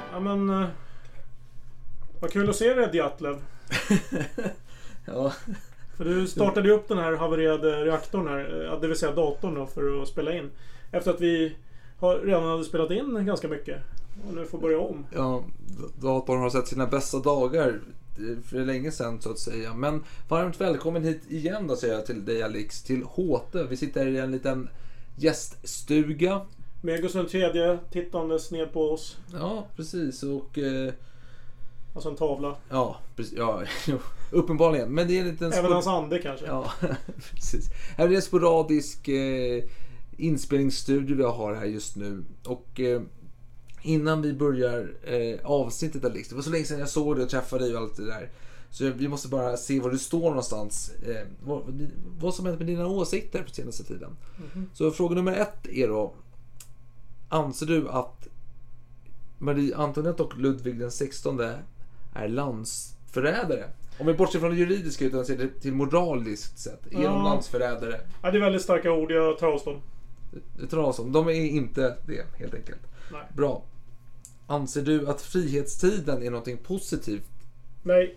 Ja, men... vad kul att se dig, Djatlev. Ja. För du startade ju upp den här havererade reaktorn här, det vill säga datorn då, för att spela in. Efter att vi redan hade spelat in ganska mycket. Och nu får börja om. Ja, datorn har sett sina bästa dagar för länge sedan så att säga. Men varmt välkommen hit igen då, säger jag till dig, Alex, till HT. Vi sitter i en liten gäststuga. Med Gustav III tittandes ned på oss. Ja, precis. Och... alltså en tavla. Ja, precis. Ja, uppenbarligen. Men det är en liten... Även hans ande kanske. Ja, precis. Här är det en sporadisk inspelningsstudio vi har här just nu. Och innan vi börjar avsnittet, Alex, det var så länge sedan jag såg dig och träffade dig och allt det där. Så vi måste bara se var du står någonstans. Vad som hänt med dina åsikter på senaste tiden. Mm-hmm. Så fråga nummer 1 är då: anser du att Marie Antoinette och Ludvig den 16 är landsförrädare? Om vi bortser från det juridiska utan ser det till moraliskt sett. Är de landsförrädare? Ja, det är väldigt starka ord. Jag tar avstånd. Det tar avstånd. De är inte det, helt enkelt. Nej. Bra. Anser du att frihetstiden är någonting positivt? Nej.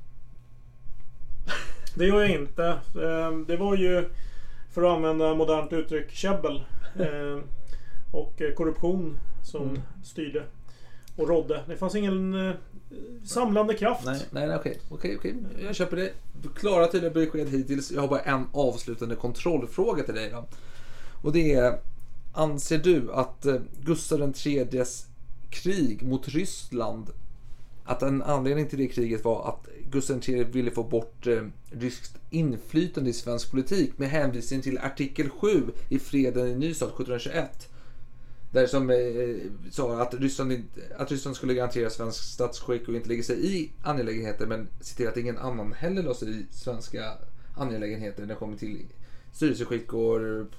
Det gör jag inte. Det var ju, för att använda modernt uttryck, käbbel och korruption som styrde och rådde. Det fanns ingen samlande kraft. Nej, okej. Jag köper det. Klara tydliga besked hittills. Jag har bara en avslutande kontrollfråga till dig då. Och det är: anser du att Gustav III:s krig mot Ryssland, att en anledning till det kriget var att Gustav III ville få bort ryskt inflytande i svensk politik med hänvisning till artikel 7 i freden i Nystad 1721? Där som sa att Ryssland skulle garantera svensk statsskick och inte lägga sig i angelägenheter, men se till att ingen annan heller lade sig i svenska angelägenheter när det kommer till styrelseskick och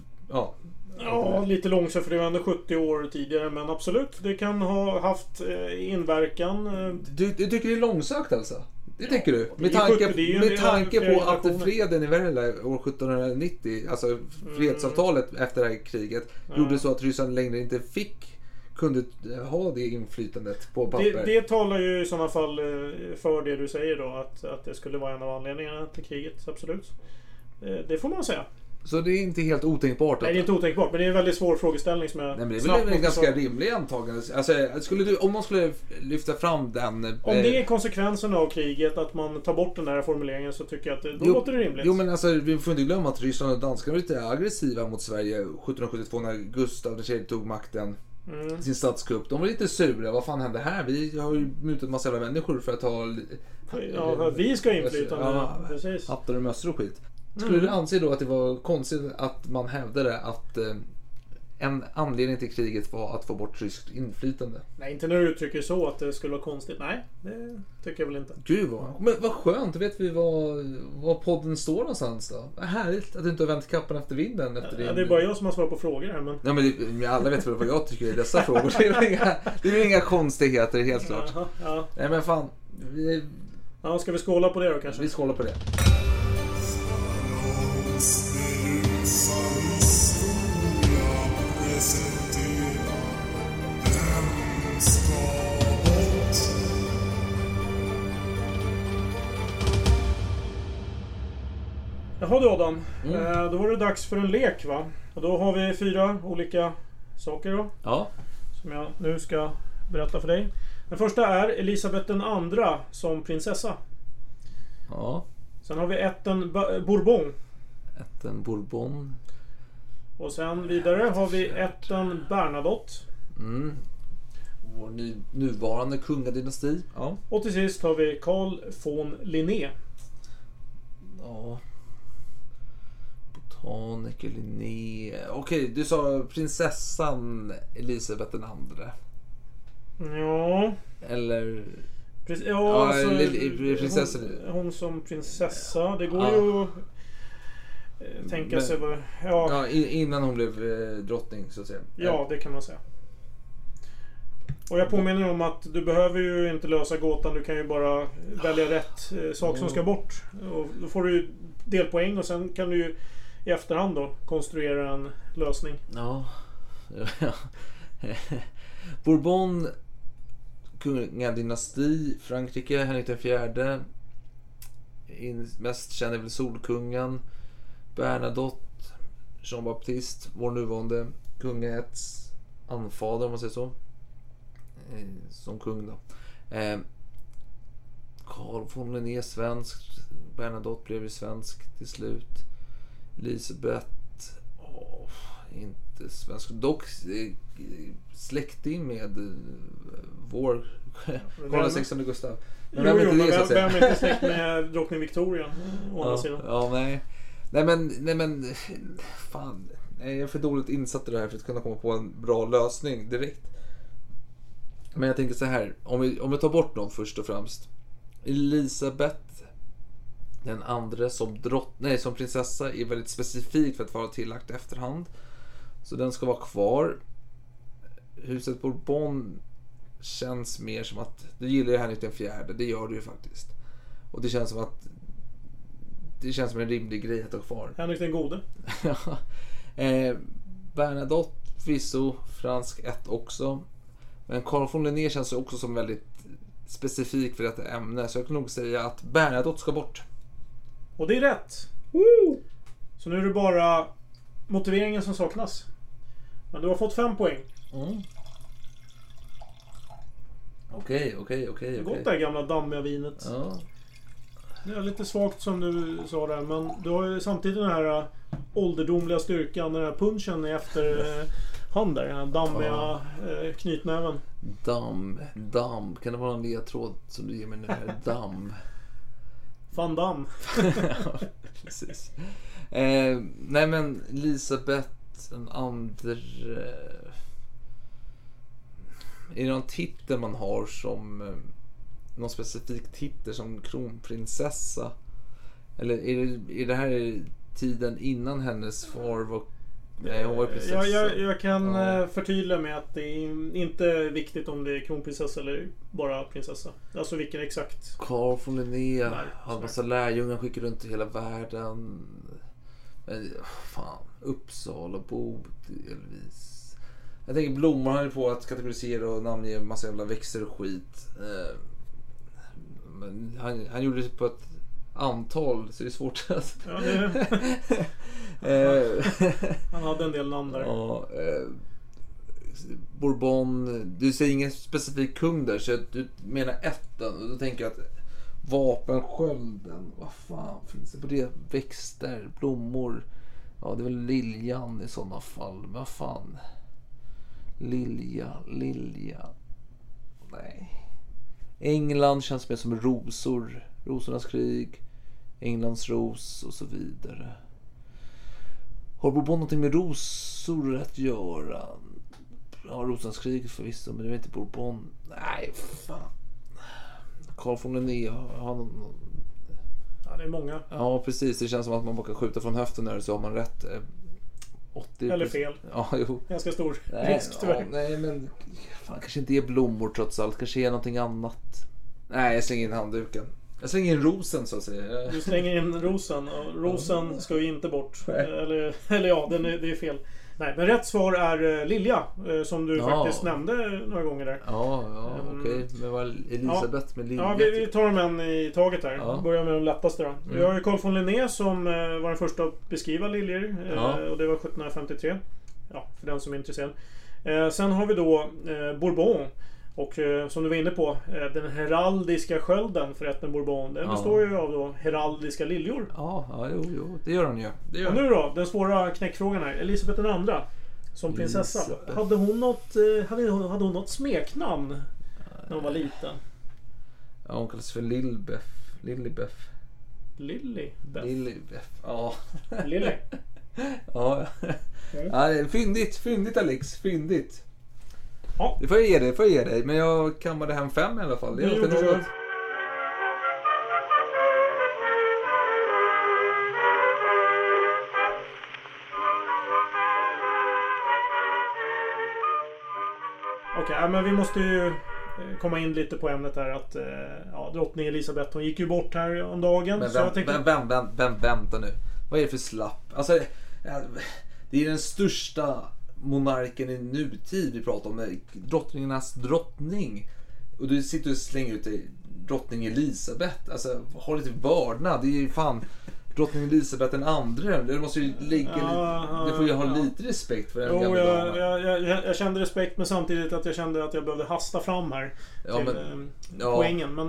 Ja, lite långsamt för det var ändå 70 år tidigare, men absolut, det kan ha haft inverkan. Du tycker det är långsökt alltså? Det tycker du? Med tanke på att freden i Verla år 1790, alltså fredsavtalet efter det här kriget, gjorde så att Ryssland längre inte kunde ha det inflytandet på papper. Det talar ju i sådana fall för det du säger då, att det skulle vara en av anledningarna till kriget, absolut. Det får man säga. Så det är inte helt otänkbart? Nej, det är inte otänkbart, men det är en väldigt svår frågeställning som jag... Nej, men det är väl en ganska rimlig antagande. Alltså, om man skulle lyfta fram den... Om det är konsekvensen av kriget, att man tar bort den där formuleringen, så tycker jag att då låter det rimligt. Jo, men alltså, vi får inte glömma att Ryssland och danskarna var lite aggressiva mot Sverige 1772 när Gustav III tog makten. Sin statskupp. De var lite sura. Vad fan hände här? Vi har ju mutat en massa människor för att ha... Ja, vi ska inflytande. Ja, precis. Hattar och mössor och skit. Skulle du anse då att det var konstigt att man hävdade att en anledning till kriget var att få bort ryskt inflytande? Nej, inte när du uttrycker så att det skulle vara konstigt. Nej, det tycker jag väl inte. Gud men vad skönt, då vet vi vad podden står någonstans då. Vad härligt att du inte har vänt kappan efter vinden. Ja, det är bara jag som har svarat på frågor här. Men... Ja, men alla vet väl vad jag tycker i dessa frågor. Det är inga konstigheter, helt klart. Ja. Nej, men fan. Ja, ska vi skåla på det då kanske? Vi skålar på det. Jaha du Adam, då var det dags för en lek, va? Och då har vi 4 olika saker då. Ja. Som jag nu ska berätta för dig. Den första är Elisabeth den andra som prinsessa. Ja. Sen har vi ätten Bourbon. Ätten Bourbon. Och sen vidare har vi ätten Bernadotte. Vår nuvarande kungadynasti. Ja. Och till sist har vi Carl von Linné. Ja. Botaniker Linné. Okej, du sa prinsessan Elisabeth den andra. Ja. Eller... Ja, alltså, prinsessan. Hon som prinsessa. Det går ju att tänka sig... Ja, innan hon blev drottning, så att säga. Ja, det kan man säga. Och jag påminner om att du behöver ju inte lösa gåtan. Du kan ju bara välja rätt sak som ska bort. Och då får du delpoäng och sen kan du ju i efterhand då konstruera en lösning. Ja. Bourbon kungadynasti, Frankrike, Henrik den fjärde. Mest känd är väl Solkungen, Bernadotte, Jean Baptiste, vår nuvarande kungaätts anfader om man säger så. Som kung då. Carl von Linné svensk, Bernadotte blev ju svensk till slut. Elisabeth inte svensk, dock släkting med vår Karl XVI Gustav. Men vem är inte släkt med drottning Victoria å andra sidan? Ja, nej men fan, jag är för dåligt insatt i det här för att kunna komma på en bra lösning direkt. Men jag tänker så här, om vi tar bort någon först och främst. Elisabeth den andra som som prinsessa är väldigt specifik för att vara tillagt efterhand. Så den ska vara kvar. Huset Bourbon känns mer som att du gillar ju Henrik den fjärde, det gör du ju faktiskt. Och det känns som att det känns som en rimlig grej att ha kvar. Henrik den gode. Bernadotte förvisso fransk ett också. Men Carl von Linné känns också som väldigt specifik för detta ämne, så jag kan nog säga att Bernadotte ska bort. Och det är rätt. Så nu är det bara motiveringen som saknas. Men du har fått 5 poäng. Okej. Gott det här gamla dammiga vinet. Ja. Det är lite svagt som du sa där, men du har ju samtidigt den här ålderdomliga styrkan, den här punchen i efterhand där, den här dammiga knytnäven. Damm. Kan det vara en ledtråd som du ger mig nu här? Damm. Van Damme. Ja, precis. Nej men Elisabeth den andra. Är det någon titel man har som någon specifik titel som kronprinsessa? Eller är det här tiden innan hennes far var... Nej, hon var prinsessa. Jag kan förtydliga med att det är inte viktigt om det är kronprinsessa eller bara prinsessa. Alltså vilken exakt. Carl von Linné hade massa lärjungar, skickar runt i hela världen. Men fan, Uppsala, Bo delvis. Jag tänker blommor han är på att kategorisera och namnge massa jävla växter och skit. Men han gjorde det på ett antal, så det är svårt att... Han hade en del namn där. Ja, Bourbon. Du säger ingen specifik kung där, så du menar ettan. Och då tänker jag att vapenskölden, vad fan finns det på det? Växter, blommor. Ja, det är väl liljan i sådana fall. Men vad fan? Lilja. Nej. England känns mer som rosor. Rosornas krig. Englands ros och så vidare. Har Bourbon någonting med rosor att göra? Ja, Rosornas krig förvisso, men det är inte Bourbon. Nej, fan. Carl von Linné, ja, det är många. Ja, precis. Det känns som att man bara kan skjuta från höften när så har man rätt. 80%. Eller fel. Ja, jo. Ganska stor risk tyvärr. Ja, nej, men fan, kanske inte är blommor trots allt. Kanske är någonting annat. Nej, jag slänger in handduken. Jag slänger in rosen så att säga. Du slänger in rosen och rosen ska ju inte bort. Eller ja, det är fel. Nej, men rätt svar är Lilja, som du faktiskt nämnde några gånger där. Ja, okej. Men vad Elisabeth med Lilja? Ja, vi tar dem en i taget här. Ja. Börjar med de lättaste då. Vi har ju Carl von Linné som var den första att beskriva liljor. Och det var 1753. Ja, för den som är intresserad. Sen har vi då Bourbon. Och som du var inne på, den heraldiska skölden för ätten Bourbon, den består ju av då heraldiska liljor. Ja, jo, det gör hon ju. Och nu då, den svåra knäckfrågan här. Elisabeth den andra som prinsessa. Hade hon något smeknamn när hon var liten? Ja, hon kallas för Lilibeth. Lilibeth, ja. Lilly. Ja. Ja, fyndigt Alex, fyndigt. Ja. Det får jag ge dig, men jag kammade hem 5 i alla fall. Det är inte något. Okej, men vi måste ju komma in lite på ämnet här att drottning Elisabeth, hon gick ju bort här om dagen. Men så jag tänkte... vänta nu. Vad är det för slapp? Alltså, det är den största monarken i nutid vi pratar om. Drottningarnas drottning. Och du sitter och slänger ut dig drottning Elisabeth. Alltså, ha lite vördnad. Det är ju fan drottning Elisabeth den andra. Det måste ju ligga det får ju ha lite respekt för den gamla damen. Jag kände respekt, men samtidigt att jag kände att jag behövde hasta fram här till poängen. Men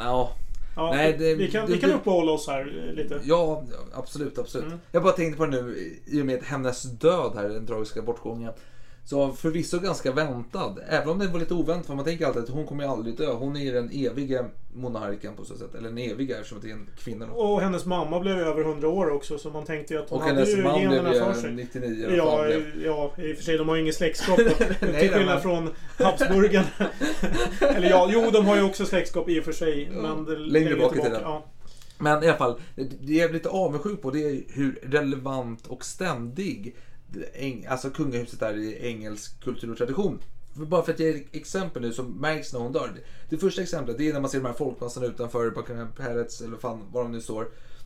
nej, vi kan uppehålla oss här lite. Ja, absolut. Jag bara tänkte på det nu i och med hennes död här, den tragiska bortgången. Så förvisso ganska väntad. Även om det var lite oväntat, för man tänker alltid att hon kommer ju aldrig dö. Hon är den eviga monarken på så sätt. Eller den eviga, eftersom det är en kvinna. Och hennes mamma blev över 100 år också, så man tänkte ju att hon och hade ju generna för sig. 99. Ja, i och för sig, de har ju ingen släktskap till skillnad från Habsburgen. Eller de har ju också släktskap i och för sig. Men längre bak i tiden. Ja. Men i alla fall, det jag är lite avundsjuk på, det är hur relevant och ständig alltså kungahuset är i engelsk kultur och tradition. Bara för att ge ett exempel nu som märks när hon dör. Det första exemplet, det är när man ser de här folkmassorna utanför Buckingham Palace, eller fan var de nu står.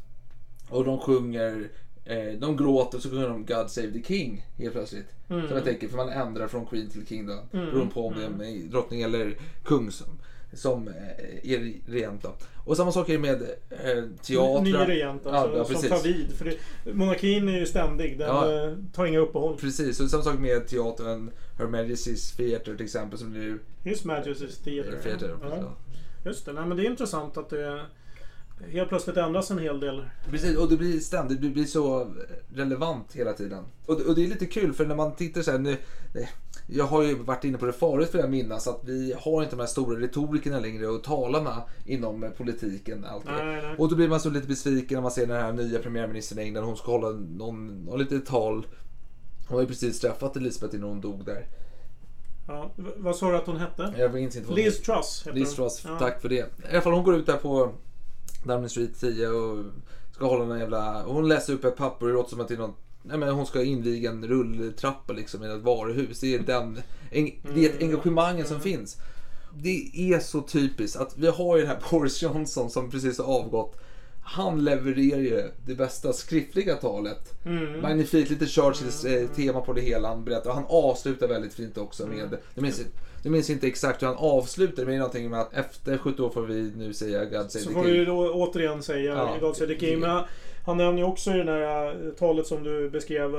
Och de sjunger, de gråter, så sjunger de God Save the King helt plötsligt. Som jag tänker, för man ändrar från Queen till King då. Beroende på om det är drottning eller kung som är regent då. Och samma sak är med teatrar. Ny regent alltså, som tar vid. För monarkin är ju ständig, den tar inga uppehåll. Precis, och samma sak med teatern Her Majesty's Theatre till exempel, som nu His Majesty's Theatre. Just det, nej, men det är intressant att det helt plötsligt ändras en hel del. Precis, och det blir ständigt, det blir så relevant hela tiden. Och det är lite kul, för när man tittar så här nu, jag har ju varit inne på det förut för jag minnas att vi har inte de här stora retorikerna längre och talarna inom politiken alltid. Nej. Och då blir man så lite besviken när man ser den här nya premiärministern i England. Hon ska hålla någon litet tal. Hon har ju precis träffat Elisabeth innan hon dog där. Ja, vad sa du att hon hette? Jag minns inte vad Liz Truss heter Liz Truss, tack för det. I alla fall hon går ut där på Downing Street 10 och ska hålla någon jävla... Hon läser upp ett papper och det låter som att det är någon... Nej, men hon ska inviga en rulltrappa liksom i ett varuhus. Det är det är ett engagemanget som finns. Det är så typiskt att vi har ju den här Boris Johnson som precis har avgått. Han levererar ju det bästa skriftliga talet. Magnifikt, lite Churchills tema på det hela. Han berättar, och han avslutar väldigt fint också med... Jag minns inte exakt hur han avslutar, men det är någonting med att efter 70 år får vi nu säga God Save the King. Så får vi då återigen säga God Save the King. Men han nämner ju också i det här talet som du beskrev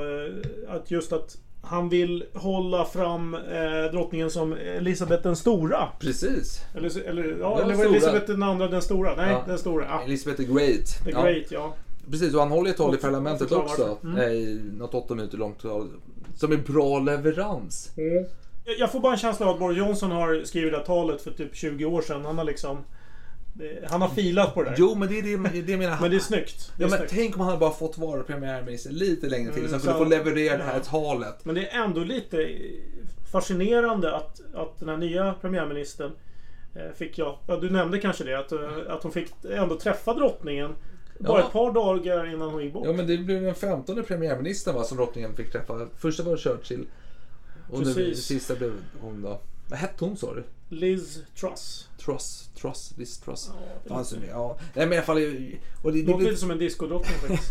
att han vill hålla fram drottningen som Elisabeth den stora. Precis. Eller var Elisabeth den andra den stora? Nej, den stora. Ja. Elisabeth the Great. The Great, ja. Precis, och han håller ett tal i parlamentet också. Något 8 minuter långt tal. Som är bra leverans. Jag får bara en känsla av att Boris Johnson har skrivit det här talet för typ 20 år sedan. Han har filat på det där. Jo, men det menar han. Men det är snyggt. Tänk om han hade bara fått vara premiärminister lite längre till så han kunde få leverera det här talet. Men det är ändå lite fascinerande att den här nya premiärministern fick du nämnde kanske det, att hon fick ändå träffa drottningen bara ett par dagar innan hon gick bort. Ja, men det blev den 15:e premiärministern som drottningen fick träffa. Första var Churchill. Och den sista blev hon då. Vad hette hon, sa du? Liz Truss. Liz Truss. Ja, Nej, men i alla fall... Och det låter lite som en diskodrottning faktiskt.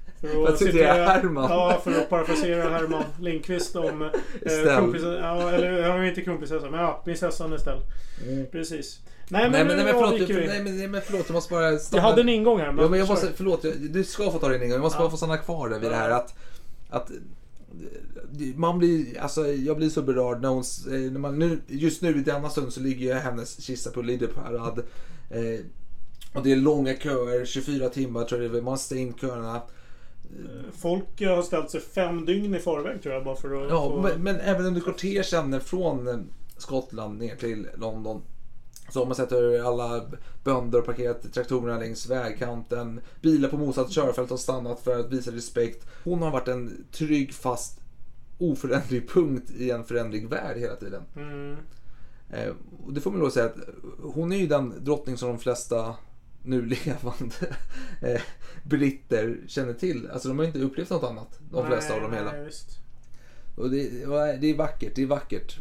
För att parafrasera Herman Lindqvist om kronprinsessan. Ja, eller jag har inte kronprinsessan, men prinsessan Estelle. Precis. Nej men förlåt, jag måste bara stanna. Jag hade en ingång här. Men jag måste, förlåt, du ska få ta din ingång. Jag måste bara få stanna kvar där vid det här att man blir, alltså jag blir så berörd när man just nu i denna stund så ligger hennes kista på Lideparad och det är långa köer, 24 timmar tror jag det är, man måste in köerna. Folk har ställt sig 5 dygn i förväg tror jag bara för att men även under kortegen från Skottland ner till London så har man sett hur alla bönder parkerat traktorerna längs vägkanten. Bilar på motsatt körfält har stannat för att visa respekt. Hon har varit en trygg, fast, oföränderlig punkt i en förändrig värld hela tiden. Och det får man då säga att hon är ju den drottning som de flesta nu levande britter känner till. Alltså de har inte upplevt något annat, de flesta av dem hela. Nej, visst. Och det är vackert,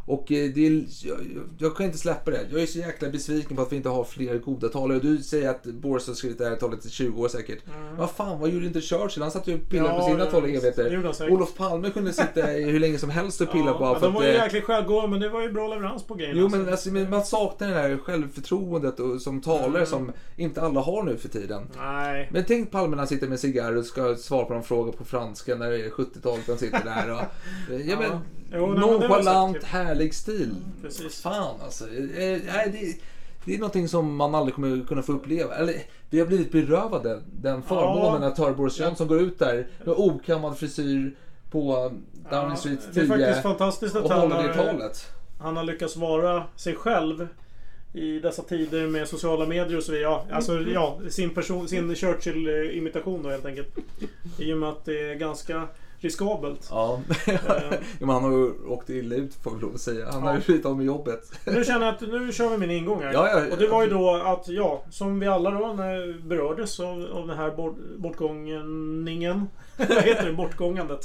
Och jag kan inte släppa det. Jag är så jäkla besviken på att vi inte har fler goda talare. Du säger att Boris har skrivit det här talet i 20 år säkert. Vad fan, vad gjorde inte Churchill? Han satt ju och pillade på sina tal evigheter. Olof Palme kunde sitta hur länge som helst och pilla på. De var ju jäkligt självgående, men det var ju bra leverans på grejerna. Jo, men alltså, man saknar det här självförtroendet och, som talare som inte alla har nu för tiden. Nej. Men tänk Palme när han sitter med cigarr och ska svara på någon fråga på franska när det är 70-talet han sitter där. Och, nonchalant, härlig stil. Precis. Fan alltså. Det är någonting som man aldrig kommer kunna få uppleva. Eller, vi har blivit berövade den förmånen när Tar Boris Johnson går ut där med okammad frisyr på Downing Street 10. Det är faktiskt fantastiskt att han har lyckats vara sig själv i dessa tider med sociala medier och så vidare. Sin Churchill-imitation då helt enkelt. I och med att det är ganska riskabelt. Ja, men han har ju åkt illa ut får vi lov att säga. Han har ju blivit av med jobbet. Nu känner jag att nu kör vi min ingång här. Ja. Och det var ju då att, som vi alla då berördes av den här bortgångningen. Vad heter det? Bortgångandet.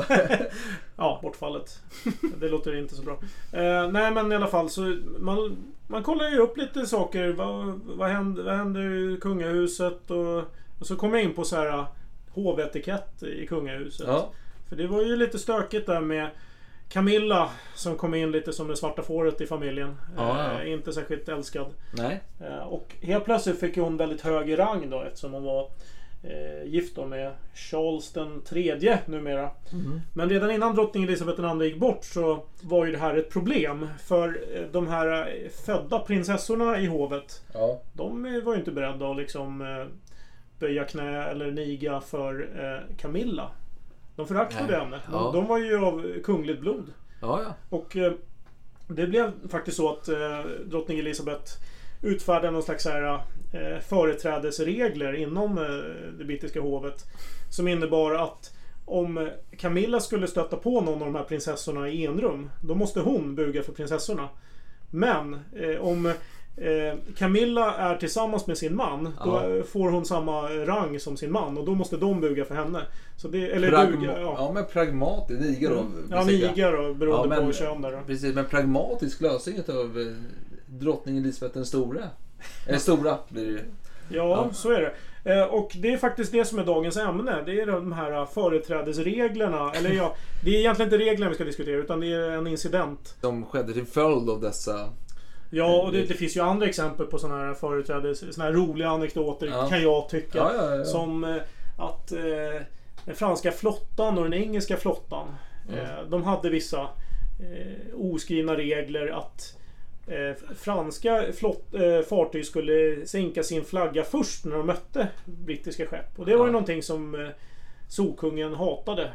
Bortfallet. Det låter inte så bra. Nej, men i alla fall så man kollar ju upp lite saker. Vad händer i kungahuset? Och så kommer jag in på så här hovetikett i kungahuset. Ja. För det var ju lite stökigt där med Camilla som kom in lite som det svarta fåret i familjen. Inte särskilt älskad. Nej. Och helt plötsligt fick hon väldigt hög rang då eftersom hon var gift då med Charles den tredje numera. Men redan innan drottning Elisabeth II gick bort så var ju det här ett problem. För de här födda prinsessorna i hovet, de var ju inte beredda att liksom böja knä eller niga för Camilla. De föraktade henne. De var ju av kungligt blod. Och det blev faktiskt så att drottning Elisabeth utfärdade någon slags företrädesregler inom det brittiska hovet som innebar att om Camilla skulle stöta på någon av de här prinsessorna i enrum, då måste hon buga för prinsessorna. Men om Camilla är tillsammans med sin man, då får hon samma rang som sin man och då måste de buga för henne. Så det, eller buga, men pragmatiskt, niga då. Niga då, beroende på kön där då. Precis, men pragmatisk lösning av drottning Elisabeth den stora. Eller stora blir det. Ja, så är det. Och det är faktiskt det som är dagens ämne. Det är de här företrädesreglerna. Eller det är egentligen inte reglerna vi ska diskutera utan det är en incident. De skedde till följd av dessa. Ja, och det finns ju andra exempel på sådana här företrädes, sådana här roliga anekdoter kan jag tycka. Som att den franska flottan och den engelska flottan de hade vissa oskrivna regler att franska fartyg skulle sänka sin flagga först när de mötte brittiska skepp. Och det var ju någonting som Solkungen hatade.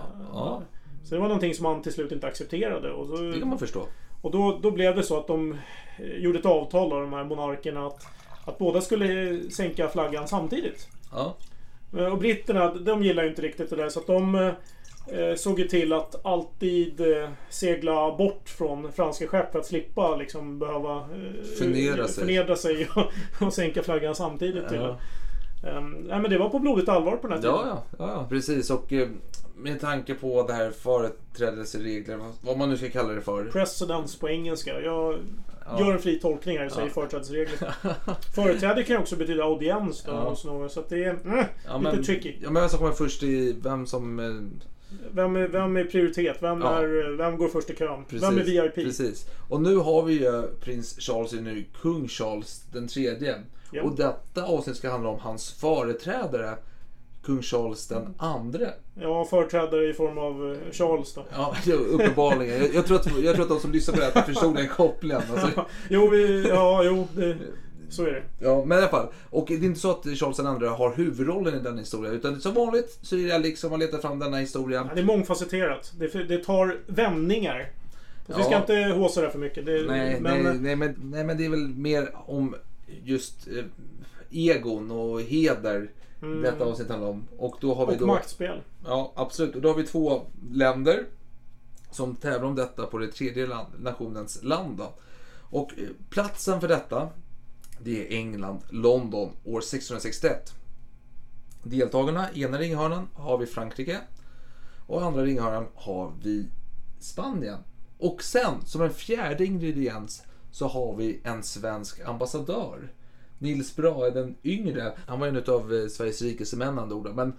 Så det var någonting som han till slut inte accepterade. Och så, det kan man förstå. Och då blev det så att de gjorde ett avtal av de här monarkerna att båda skulle sänka flaggan samtidigt. Och britterna, de gillar ju inte riktigt det där, så att de såg ju till att alltid segla bort från franska skepp för att slippa liksom behöva förnedra sig och sänka flaggan samtidigt. Nej, men det var på blodigt allvar på den här tiden. Ja, precis. Och med tanke på det här företrädelseregler, vad man nu ska kalla det för. Precedence på engelska. Jag gör en fri tolkning här och säger företrädesregler. Företräde kan också betyda audiens då, så att det är lite tricky. Ja, men vem som kommer först i vem som vem är prioritet? Vem går först i kön? Precis, vem är VIP? Precis. Och nu har vi ju prins Charles nu, kung Charles den tredje. Yep. Och detta avsnitt ska handla om hans företrädare, kung Charles den andre. Ja, företrädare i form av Charles då. Ja, uppenbarligen. Jag tror att de som lyssnar på det här förstod den kopplingen. Alltså. Så är det. Ja, men i alla fall. Och det är inte så att Charles den andre har huvudrollen i den historien, utan som vanligt så är det liksom man letar fram denna historia. Ja, det är mångfacetterat. Det tar vändningar. Vi ska inte håsa det för mycket. Nej, men det är väl mer om just egon och heder detta avsnitt handlar om. Och då har vi maktspel. Ja, absolut. Och då har vi två länder som tävlar om detta på det tredje nationens land då. Och platsen för detta, det är England, London, år 1661. Deltagarna, ena ringhörnan har vi Frankrike och andra ringhörnan har vi Spanien. Och sen, som en fjärde ingrediens, så har vi en svensk ambassadör. Nils Brahe den yngre. Han var en av Sveriges rikaste män, andra, men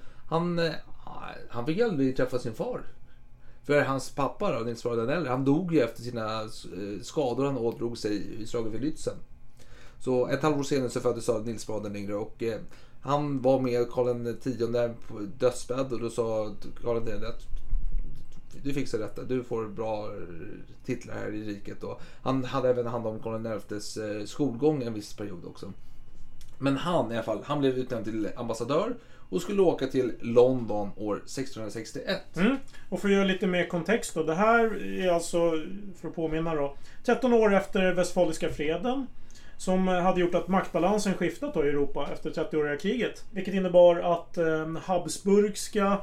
han fick aldrig träffa sin far. För hans pappa då, Nils Brahe den äldre, han dog ju efter sina skador han ådrog sig i slaget vid Lützen. Så ett halvår senare så föddes Nils Brahe den yngre, och han var med Karl X på dödsbädd, och då sa Karl X att du fixar detta, du får bra titlar här i riket. Och han hade även hand om Karl XI:s skolgång en viss period också. Men han i alla fall, han blev utnämnd till ambassadör och skulle åka till London år 1661. Och för att göra lite mer kontext då. Det här är alltså, för att påminna då, 13 år efter Westfaliska freden, som hade gjort att maktbalansen skiftat då i Europa efter 30-åriga kriget. Vilket innebar att habsburgska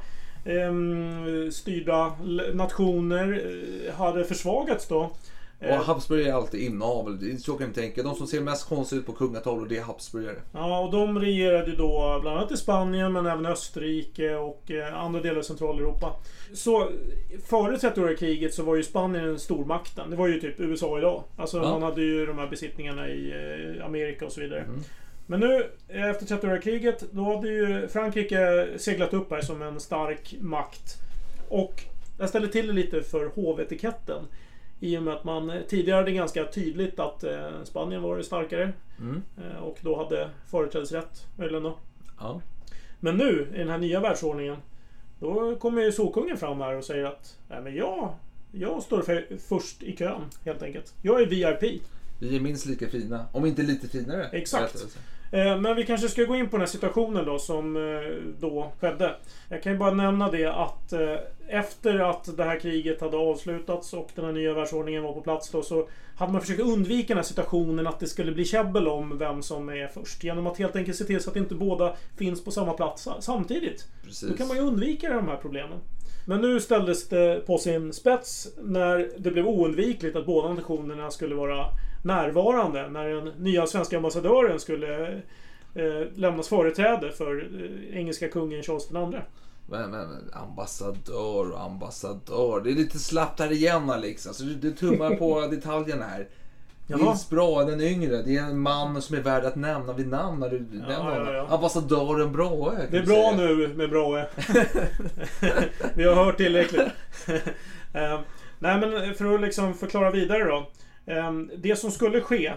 styrda nationer hade försvagats då. Och Habsburg är alltid inavel. Så kan ni tänka. De som ser mest konstigt ut på kungatavlor, det är Habsburgare. Ja, och de regerade då bland annat i Spanien, men även Österrike och andra delar av Centraleuropa. Så före 30-åriga kriget så var ju Spanien stormakten. Det var ju typ USA idag. Alltså man hade ju de här besittningarna i Amerika och så vidare. Men nu, efter 30-åriga kriget, då hade ju Frankrike seglat upp här som en stark makt. Och jag ställer till det lite för hovetiketten. I och med att man tidigare hade ganska tydligt att Spanien var starkare. Och då hade företrädesrätt möjligen då. Ja. Men nu, i den här nya världsordningen, då kommer ju Solkungen fram här och säger att nej, men jag står först i kön, helt enkelt. Jag är VIP. Vi är minst lika fina, om inte lite finare. Exakt. Men vi kanske ska gå in på den här situationen då som då skedde. Jag kan ju bara nämna det att efter att det här kriget hade avslutats och den här nya världsordningen var på plats då, så hade man försökt undvika den här situationen att det skulle bli käbbel om vem som är först. Genom att helt enkelt se till så att inte båda finns på samma plats samtidigt. Precis. Då kan man ju undvika de här problemen. Men nu ställdes det på sin spets när det blev oundvikligt att båda nationerna skulle vara närvarande när den nya svenska ambassadören skulle lämnas företräde för engelska kungen Charles II. Men ambassadör. Det är lite slappt här igen, Alex. Alltså, du tummar på detaljerna här. Nils Brahe den yngre, det är en man som är värd att nämna vid namn när du nämner honom. Ambassadören Brahe. Det är bra nu med Brahe. Vi har hört tillräckligt. Nej, men för att liksom förklara vidare då. Det som skulle ske,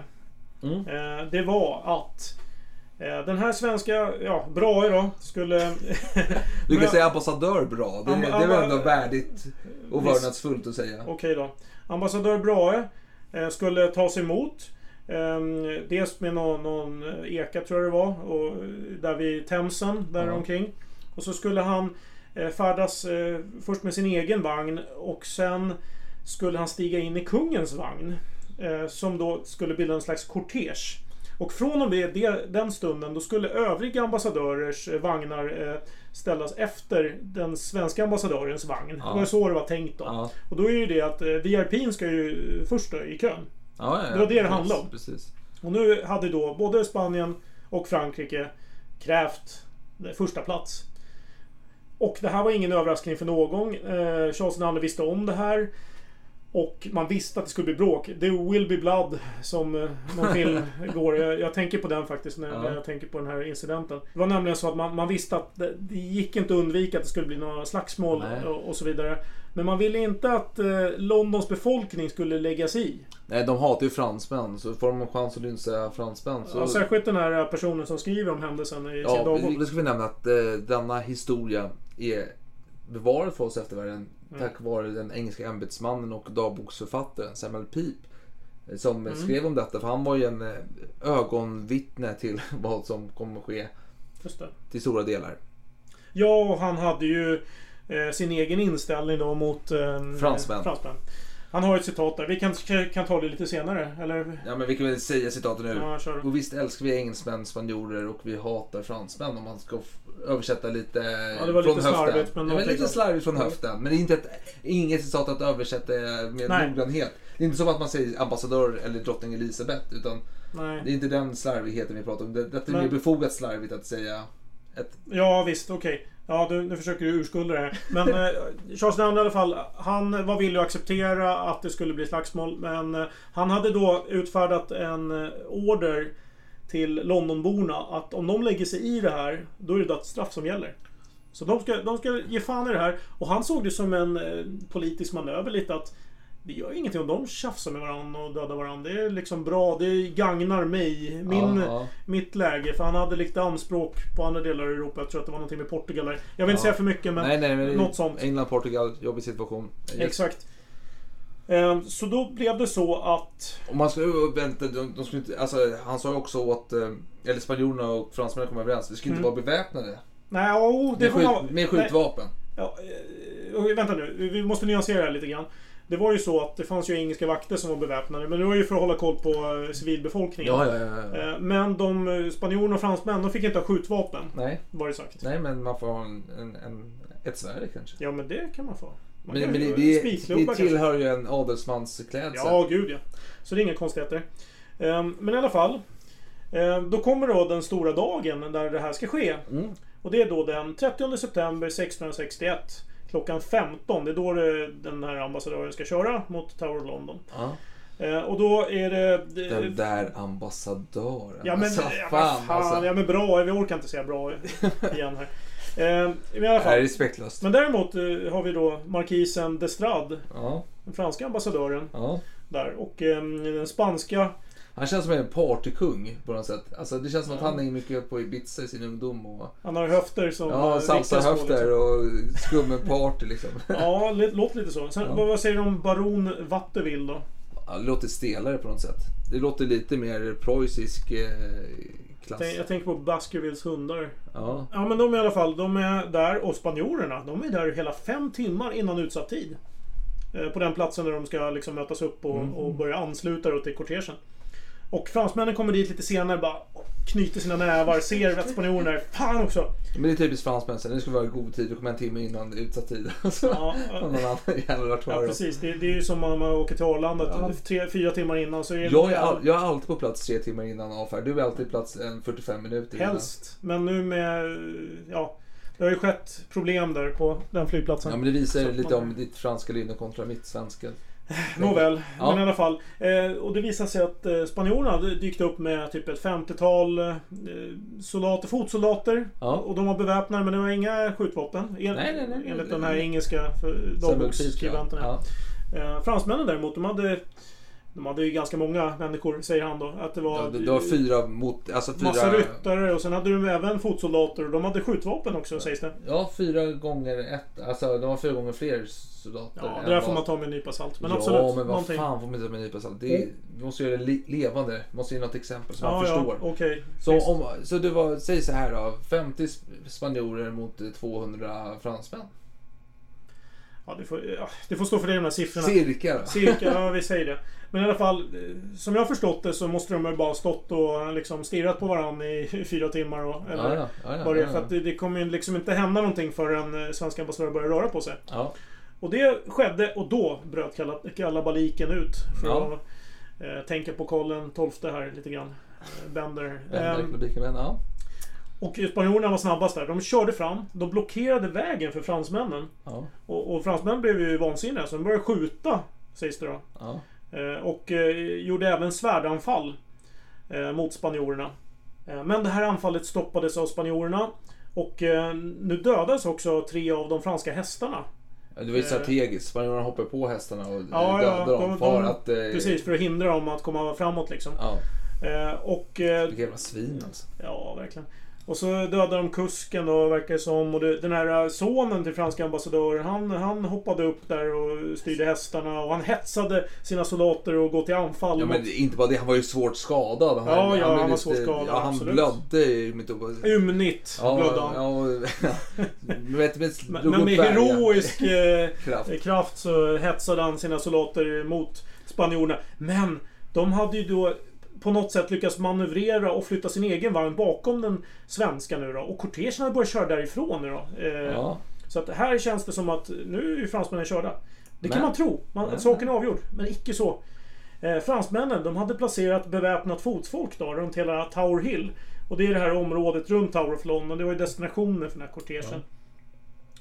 det var att den här svenska, Brahe då, skulle... Du kan säga ambassadör Brahe. Det är väl ändå värdigt och vördnadsfullt att säga. Okej då. Ambassadör Brahe skulle tas emot. Dels med någon eka, tror jag det var, och där vid Themsen där omkring. Och så skulle han färdas först med sin egen vagn, och sen skulle han stiga in i kungens vagn, som då skulle bilda en slags kortege. Och från och med den stunden då skulle övriga ambassadörers vagnar ställas efter den svenska ambassadörens vagn. Det var så det var tänkt då. Och då är ju det att VIP:n ska ju först då i kön. Det var det handlade om. Precis. Och nu hade då både Spanien och Frankrike krävt första plats. Och det här var ingen överraskning för någon. Charles II visste om det här. Och man visste att det skulle bli bråk. The will be blood, som någon film går. Jag tänker på den faktiskt när jag tänker på den här incidenten. Det var nämligen så att man visste att det gick inte att undvika att det skulle bli några slagsmål och så vidare. Men man ville inte att Londons befolkning skulle lägga sig i. Nej, de hatar ju fransmän, så får de en chans att lynsa fransmän. Så... Ja, särskilt den här personen som skriver om händelsen i sin dagbok. Det ska vi nämna att denna historia är bevarad för oss eftervärlden tack vare den engelska ämbetsmannen och dagboksförfattaren Samuel Pepys, som skrev om detta, för han var ju en ögonvittne till vad som kommer att ske. Just det. Till stora delar. Ja, och han hade ju sin egen inställning då mot fransmän. Han har ett citat där. Vi kan ta det lite senare, eller? Ja, men vi kan väl säga citatet nu. Ja, kör. Och visst älskar vi engelsmän, spanjorer, och vi hatar fransmän, om man ska översätta lite det var från lite höften. Slarvigt, men det var lite slarvigt från höften. Men det är inget citat att översätta med noggrannhet. Det är inte som att man säger ambassadör eller drottning Elisabeth, utan det är inte den slarvigheten vi pratar om. Detta är mer befogat slarvigt att säga. Ja, visst, okej. Ja, nu försöker du urskulda det här. Men Charles II i alla fall, han var villig att acceptera att det skulle bli slagsmål. Men han hade då utfärdat en order till Londonborna att om de lägger sig i det här, då är det dödsstraff som gäller. Så de ska ge fan i det här. Och han såg det som en politisk manöver lite att det gör ingenting om de tjafsar med varandra och dödar varandra. Det är liksom bra, det gagnar mig, mitt läge. För han hade lite anspråk på andra delar av Europa. Jag tror att det var någonting med Portugal där. Jag vill inte säga för mycket, men, men något sånt. England, Portugal, jobbig situation. Exakt. Så då blev det så att... Om man ska vänta, de skulle inte, alltså, han sa ju också att eller spanjorerna och fransmännen kom överens. Det skulle inte vara beväpnade. Nej, med skjutvapen. Ja, vänta nu, vi måste nyansera det här lite grann. Det var ju så att det fanns ju engelska vakter som var beväpnade. Men det var ju för att hålla koll på civilbefolkningen. Ja. Men de spanjorerna och fransmän, de fick inte ha skjutvapen. Nej. Var det sagt. Nej, men man får ha ett svärd kanske. Ja, men det kan man få. Men det tillhör ju en adelsmans klädsel. Ja, gud ja. Så det är inga konstigheter. Men i alla fall. Då kommer då den stora dagen där det här ska ske. Och det är då den 30 september 1661. Klockan 15. Det är då den här ambassadören ska köra mot Tower of London. Och då är det... Den där ambassadören. Ja, men fan. Ja, men bra. Vi orkar inte säga bra igen här. I alla fall. Det är respektlöst. Men däremot har vi då markisen d'Estrade. Den franska ambassadören. Där. Och den spanska... Han känns som en partykung på något sätt. Alltså, det känns som att han är mycket på Ibiza i sin ungdom. Och... Han har höfter som... Ja, salsa-höfter och skummen-party liksom. Ja, låter lite så. Sen, vad säger du om baron Watteville då? Ja, det låter stelare på något sätt. Det låter lite mer preussisk klass. Jag tänker på Baskervilles hundar. Ja, men de i alla fall, de är där. Och spanjorerna, de är där hela 5 timmar innan utsatt tid. På den platsen där de ska liksom mötas upp och börja ansluta till kortegen. Och fransmännen kommer dit lite senare, bara knyter sina nävar, ser att spanjorerna är fan också. Men det är typiskt fransmän, det ska vara i god tid, och komma en timme innan utsatt tid. Ja, precis. Det är ju som om man åker till Arlanda 3-4 timmar innan. Så är det jag är alltid på plats 3 timmar innan avfärd. Du är alltid på plats 45 minuter innan. Helst, men nu med... Det har ju skett problem där på den flygplatsen. Ja, men det visar lite om ditt franska lynne kontra mitt svenska. Nåväl, men i alla fall. Och det visar sig att spanjorerna dykt upp med typ ett 50-tal fotsoldater. Och de var beväpnade, men det var inga skjutvapen. Enligt den här engelska dagboksskribenterna. Fransmännen däremot, de hade ju ganska många människor, säger han då. Att det var 4 mot... Alltså 4... Massa ryttare, och sen hade de även fotsoldater, och de hade skjutvapen också, sägs det. Ja, 4 gånger 1. Alltså, de var 4 gånger fler soldater. Ja, det där får man ta med en nypa salt. Men absolut. Ja, men vad fan får man ta med en nypa salt? Vi måste göra det levande. Måste ge något exempel som man förstår. Okay. Så det säg så här då. 50 spanjorer mot 200 fransmän. Ja, det får stå för de här siffrorna. Cirka, ja, vi säger det. Men i alla fall, som jag har förstått det, så måste de ju bara stått och liksom stirrat på varandra i 4 timmar. För att det kommer ju liksom inte hända någonting förrän svenska ambassadörer börjar röra på sig. Ja. Och det skedde, och då bröt kalabaliken ut. För att tänka på Karl XII här lite grann. Bender. Och spanjorerna var snabbast där. De körde fram. De blockerade vägen för fransmännen. Ja. Och fransmännen blev ju vansinniga, så de började skjuta, sägs det då. Ja. Och gjorde även svärdanfall mot spanjorerna. Men det här anfallet stoppades av spanjorerna. Och nu dödades också 3 av de franska hästarna. Det var ju strategiskt. Spanjorerna hoppade på hästarna och dödade dem för att... Precis, för att hindra dem att komma framåt liksom. Ja. Det jävla svin alltså. Ja, verkligen. Och så dödade de kusken då, verkar det som. Och den här sonen till franska ambassadören, han hoppade upp där och styrde hästarna. Och han hetsade sina soldater att gå till anfall. Ja, men inte bara det, han var ju svåt skadad. Han var svårt skadad. Ja, han blödde ymnigt blödde han. Men med heroisk kraft så hetsade han sina soldater mot spanjorerna. Men de hade ju då på något sätt lyckas manövrera och flytta sin egen vagn bakom den svenska nu då. Och kortegen hade börjat köra därifrån nu då. Så att här känns det som att nu är ju fransmännen körda. Det kan man tro. Saken är avgjord. Men icke så. Fransmännen, de hade placerat beväpnat fotfolk då runt hela Tower Hill. Och det är det här området runt Tower of London. Det var ju destinationen för den här kortegen.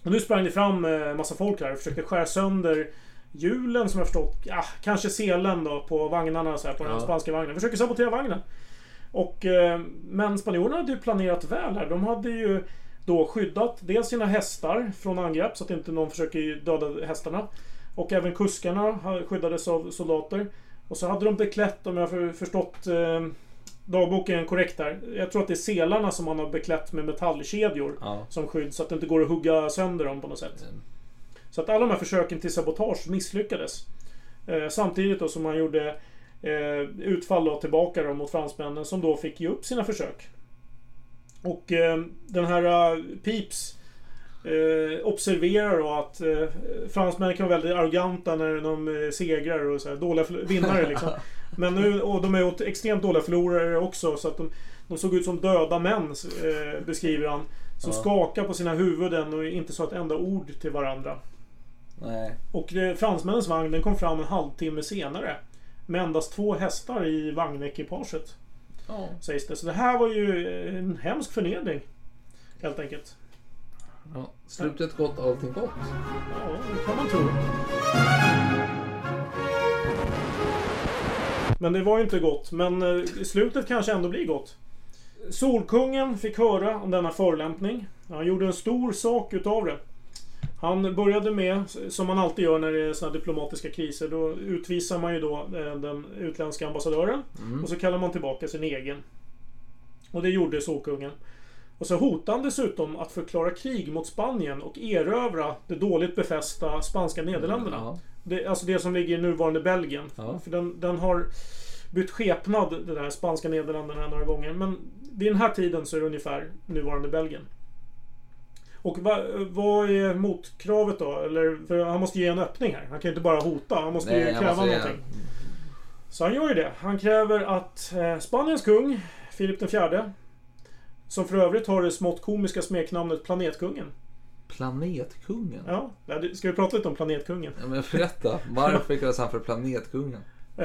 Och nu sprang det fram massa folk här och försökte skära sönder hjulen som jag förstått. Ja, kanske selen då på vagnarna så här, på den spanska vagnen. Försöker sabotera vagnen. Och, men spanjorerna hade ju planerat väl här. De hade ju då skyddat dels sina hästar från angrepp så att inte någon försöker döda hästarna. Och även kuskarna skyddades av soldater. Och så hade de beklätt, om jag har förstått dagboken korrekt här. Jag tror att det är selarna som man har beklätt med metallkedjor som skydd så att det inte går att hugga sönder dem på något sätt. Så att alla de här försöken till sabotage misslyckades. Samtidigt då som man gjorde utfall då tillbaka då mot fransmännen som då fick ge upp sina försök. Och den här Pepys observerar då att fransmännen kan vara väldigt arroganta när de segrar och så här, dåliga vinnare liksom. Men nu, och de är extremt dåliga förlorare också så att de såg ut som döda män beskriver han. Som skakar på sina huvuden och inte sa ett enda ord till varandra. Nej. Och fransmännens vagn den kom fram en halvtimme senare. Med endast 2 hästar i vagnekipaget. Sägs det. Så det här var ju en hemsk förnedring. Helt enkelt. Ja, slutet gott, allting gott. Ja, det kan man tro. Men det var ju inte gott. Men slutet kanske ändå blir gott. Solkungen fick höra om denna förolämpning. Han gjorde en stor sak utav det. Han började med, som man alltid gör när det är såna diplomatiska kriser, då utvisar man ju då den utländska ambassadören och så kallar man tillbaka sin egen. Och det gjorde Solkungen. Och så hotade han dessutom att förklara krig mot Spanien och erövra det dåligt befästa spanska Nederländerna. Alltså det som ligger i nuvarande Belgien. För den har bytt skepnad, det där spanska Nederländerna några gånger. Men vid den här tiden så är det ungefär nuvarande Belgien. Och vad är motkravet då? Eller, för han måste ge en öppning här. Han kan inte bara hota, han måste ju kräva någonting. Så han gör ju det. Han kräver att Spaniens kung, Filip den fjärde, som för övrigt har det smått komiska smeknamnet Planetkungen. Planetkungen? Ja, ska vi prata lite om Planetkungen? Ja, men berätta, varför kallas han för Planetkungen?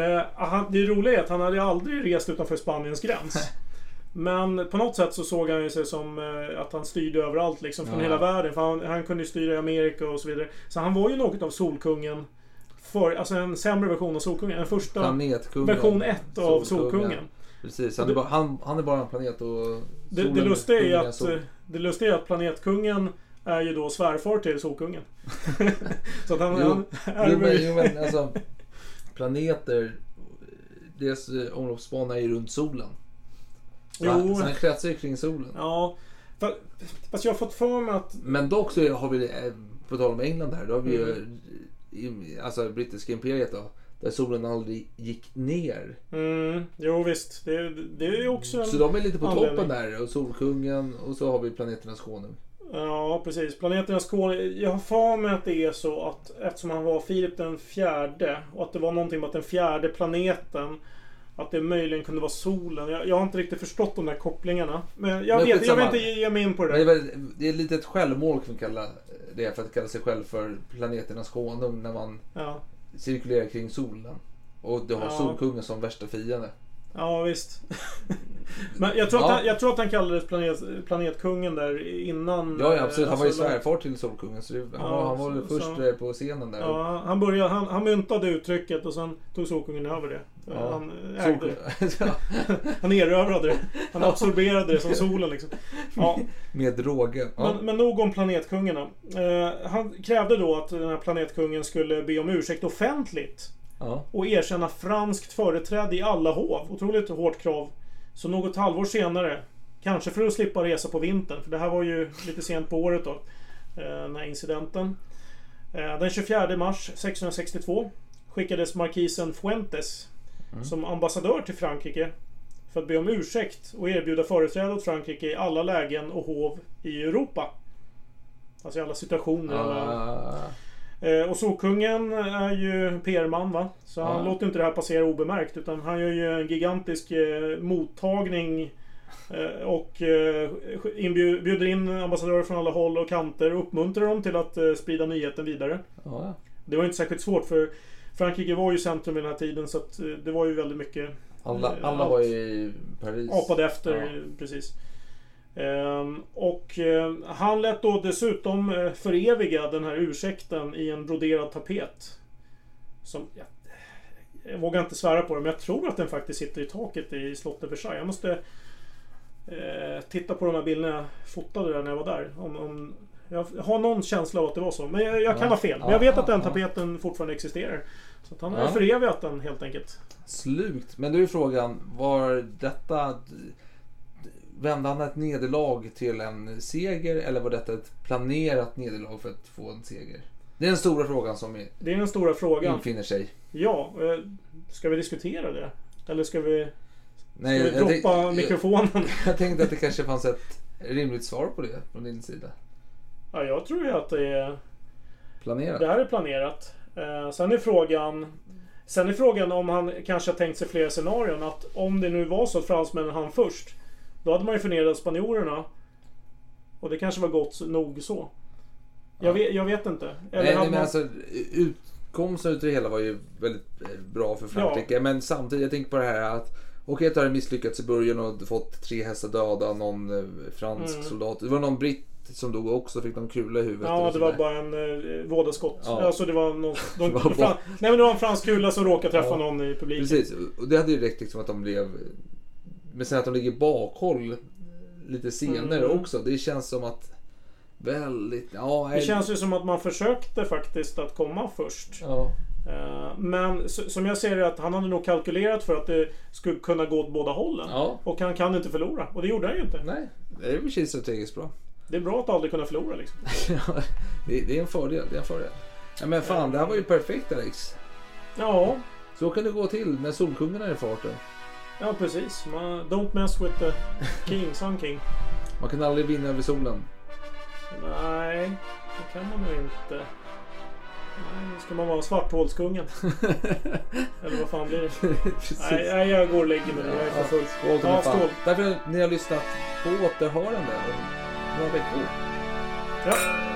Det roliga är att han hade aldrig rest utanför Spaniens gräns. Men på något sätt så såg han ju sig som att han styrde överallt liksom, från hela världen. För han kunde ju styra i Amerika och så vidare. Så han var ju något av Solkungen. Alltså en sämre version av Solkungen. En första version 1 av Solkungen. Precis, han är bara en planet och det lustiga är att Planetkungen är ju då svärfar till Solkungen. Så att han men alltså planeter, deras omloppsbana är ju runt solen. Så han kretsar ju kring solen. Ja, fast jag har fått för mig att... Men dock så har vi, på tal om England här, då har vi ju alltså brittiska imperiet då, där solen aldrig gick ner. Jo visst, det är ju också så de är lite på toppen där, och Solkungen, och så har vi planeternas konung. Ja, precis. Planeternas konung. Jag har för mig att det är så att eftersom han var Filip den fjärde och att det var någonting med att den fjärde planeten, att det möjligen kunde vara solen. Jag har inte riktigt förstått de där kopplingarna. Men jag vill inte ge mig in på det. Det är lite ett självmål kan vi kalla det, för att kalla sig själv för planeternas konung när man cirkulerar kring solen. Och du har Solkungen som värsta fiende. Ja, visst. Men jag tror att han kallades planetkungen där innan. Ja, absolut. Han var ju svärfar till Solkungen, så han var väl först på scenen där. Ja, han myntade uttrycket och sen tog Solkungen över det. Han ägde han erövrade det. Han absorberade det som solen liksom. Ja. Med droger. Men nog om planetkungarna. Han krävde då att den här planetkungen skulle be om ursäkt offentligt. Och erkänna franskt företräde i alla hov. Otroligt hårt krav. Så något halvår senare, kanske för att slippa resa på vintern, för det här var ju lite sent på året då, den här incidenten. Den 24 mars 1662 skickades markisen Fuentes som ambassadör till Frankrike för att be om ursäkt och erbjuda företräde åt Frankrike i alla lägen och hov i Europa. Alltså i alla situationer. Och Solkungen är ju PR-man, va? Så han låter inte det här passera obemärkt, utan han gör ju en gigantisk mottagning och bjuder in ambassadörer från alla håll och kanter och uppmuntrar dem till att sprida nyheten vidare. Det var inte särskilt svårt, för Frankrike var ju centrum vid den här tiden, så att det var ju väldigt mycket alla var i Paris. Apade efter, precis. Han lät då dessutom föreviga den här ursäkten i en broderad tapet. Som jag vågar inte svära på det, men jag tror att den faktiskt sitter i taket i slottet Versailles. Jag måste titta på de här bilderna jag fotade där när jag var där. Jag har någon känsla av att det var så. Men jag kan ha fel. Men jag vet att den tapeten fortfarande existerar. Så att han har förevigat den helt enkelt. Slukt. Men då är frågan, var detta... Vände han ett nederlag till en seger, eller var detta ett planerat nederlag för att få en seger? Det är den stora frågan som det är den stora frågan. Infinner sig. Ja, ska vi diskutera det? Eller ska vi droppa mikrofonen? Jag tänkte att det kanske fanns ett rimligt svar på det från din sida. Ja, jag tror ju att det är planerat. Det här är planerat. Sen är frågan om han kanske har tänkt sig flera scenarion. Att om det nu var så att fransmännen hann först, då hade man ju förnedrat spanjorerna. Och det kanske var gott nog så. Jag vet inte. Eller men alltså, utkomsten utav det hela var ju väldigt bra för Frankrike. Ja. Men samtidigt, jag tänker på det här att att det hade misslyckats i början och fått 3 hästar döda, någon fransk soldat. Det var någon britt som dog också, fick någon kula i huvudet. Ja, det var bara en vådaskott. Ja. Alltså det var någon... det var en fransk kula som råkade träffa någon i publiken. Precis, och det hade ju räckt liksom att de blev... Men sen att de ligger bakhåll lite senare också. Det känns som att väldigt... Det känns ju som att man försökte faktiskt att komma först. Ja. Men som jag ser det, att han hade nog kalkylerat för att det skulle kunna gå åt båda hållen. Ja. Och han kan inte förlora. Och det gjorde han ju inte. Nej, det är precis strategiskt bra. Det är bra att aldrig kunna förlora liksom. Ja, det är en fördel. Ja, men fan, det här var ju perfekt, Alex. Ja. Så kan det gå till när solkungarna är i farten. Ja, precis. Don't mess with the king, Sun King. Man kan aldrig vinna över solen. Nej, det kan man nog inte. Nej, ska man vara svarthålskungen. Eller vad fan blir det? Nej, jag går och lägger mig. Jag är för full. Skål. Ja, skål. Därför ni har lyssnat på återhörande om några veckor. Ja.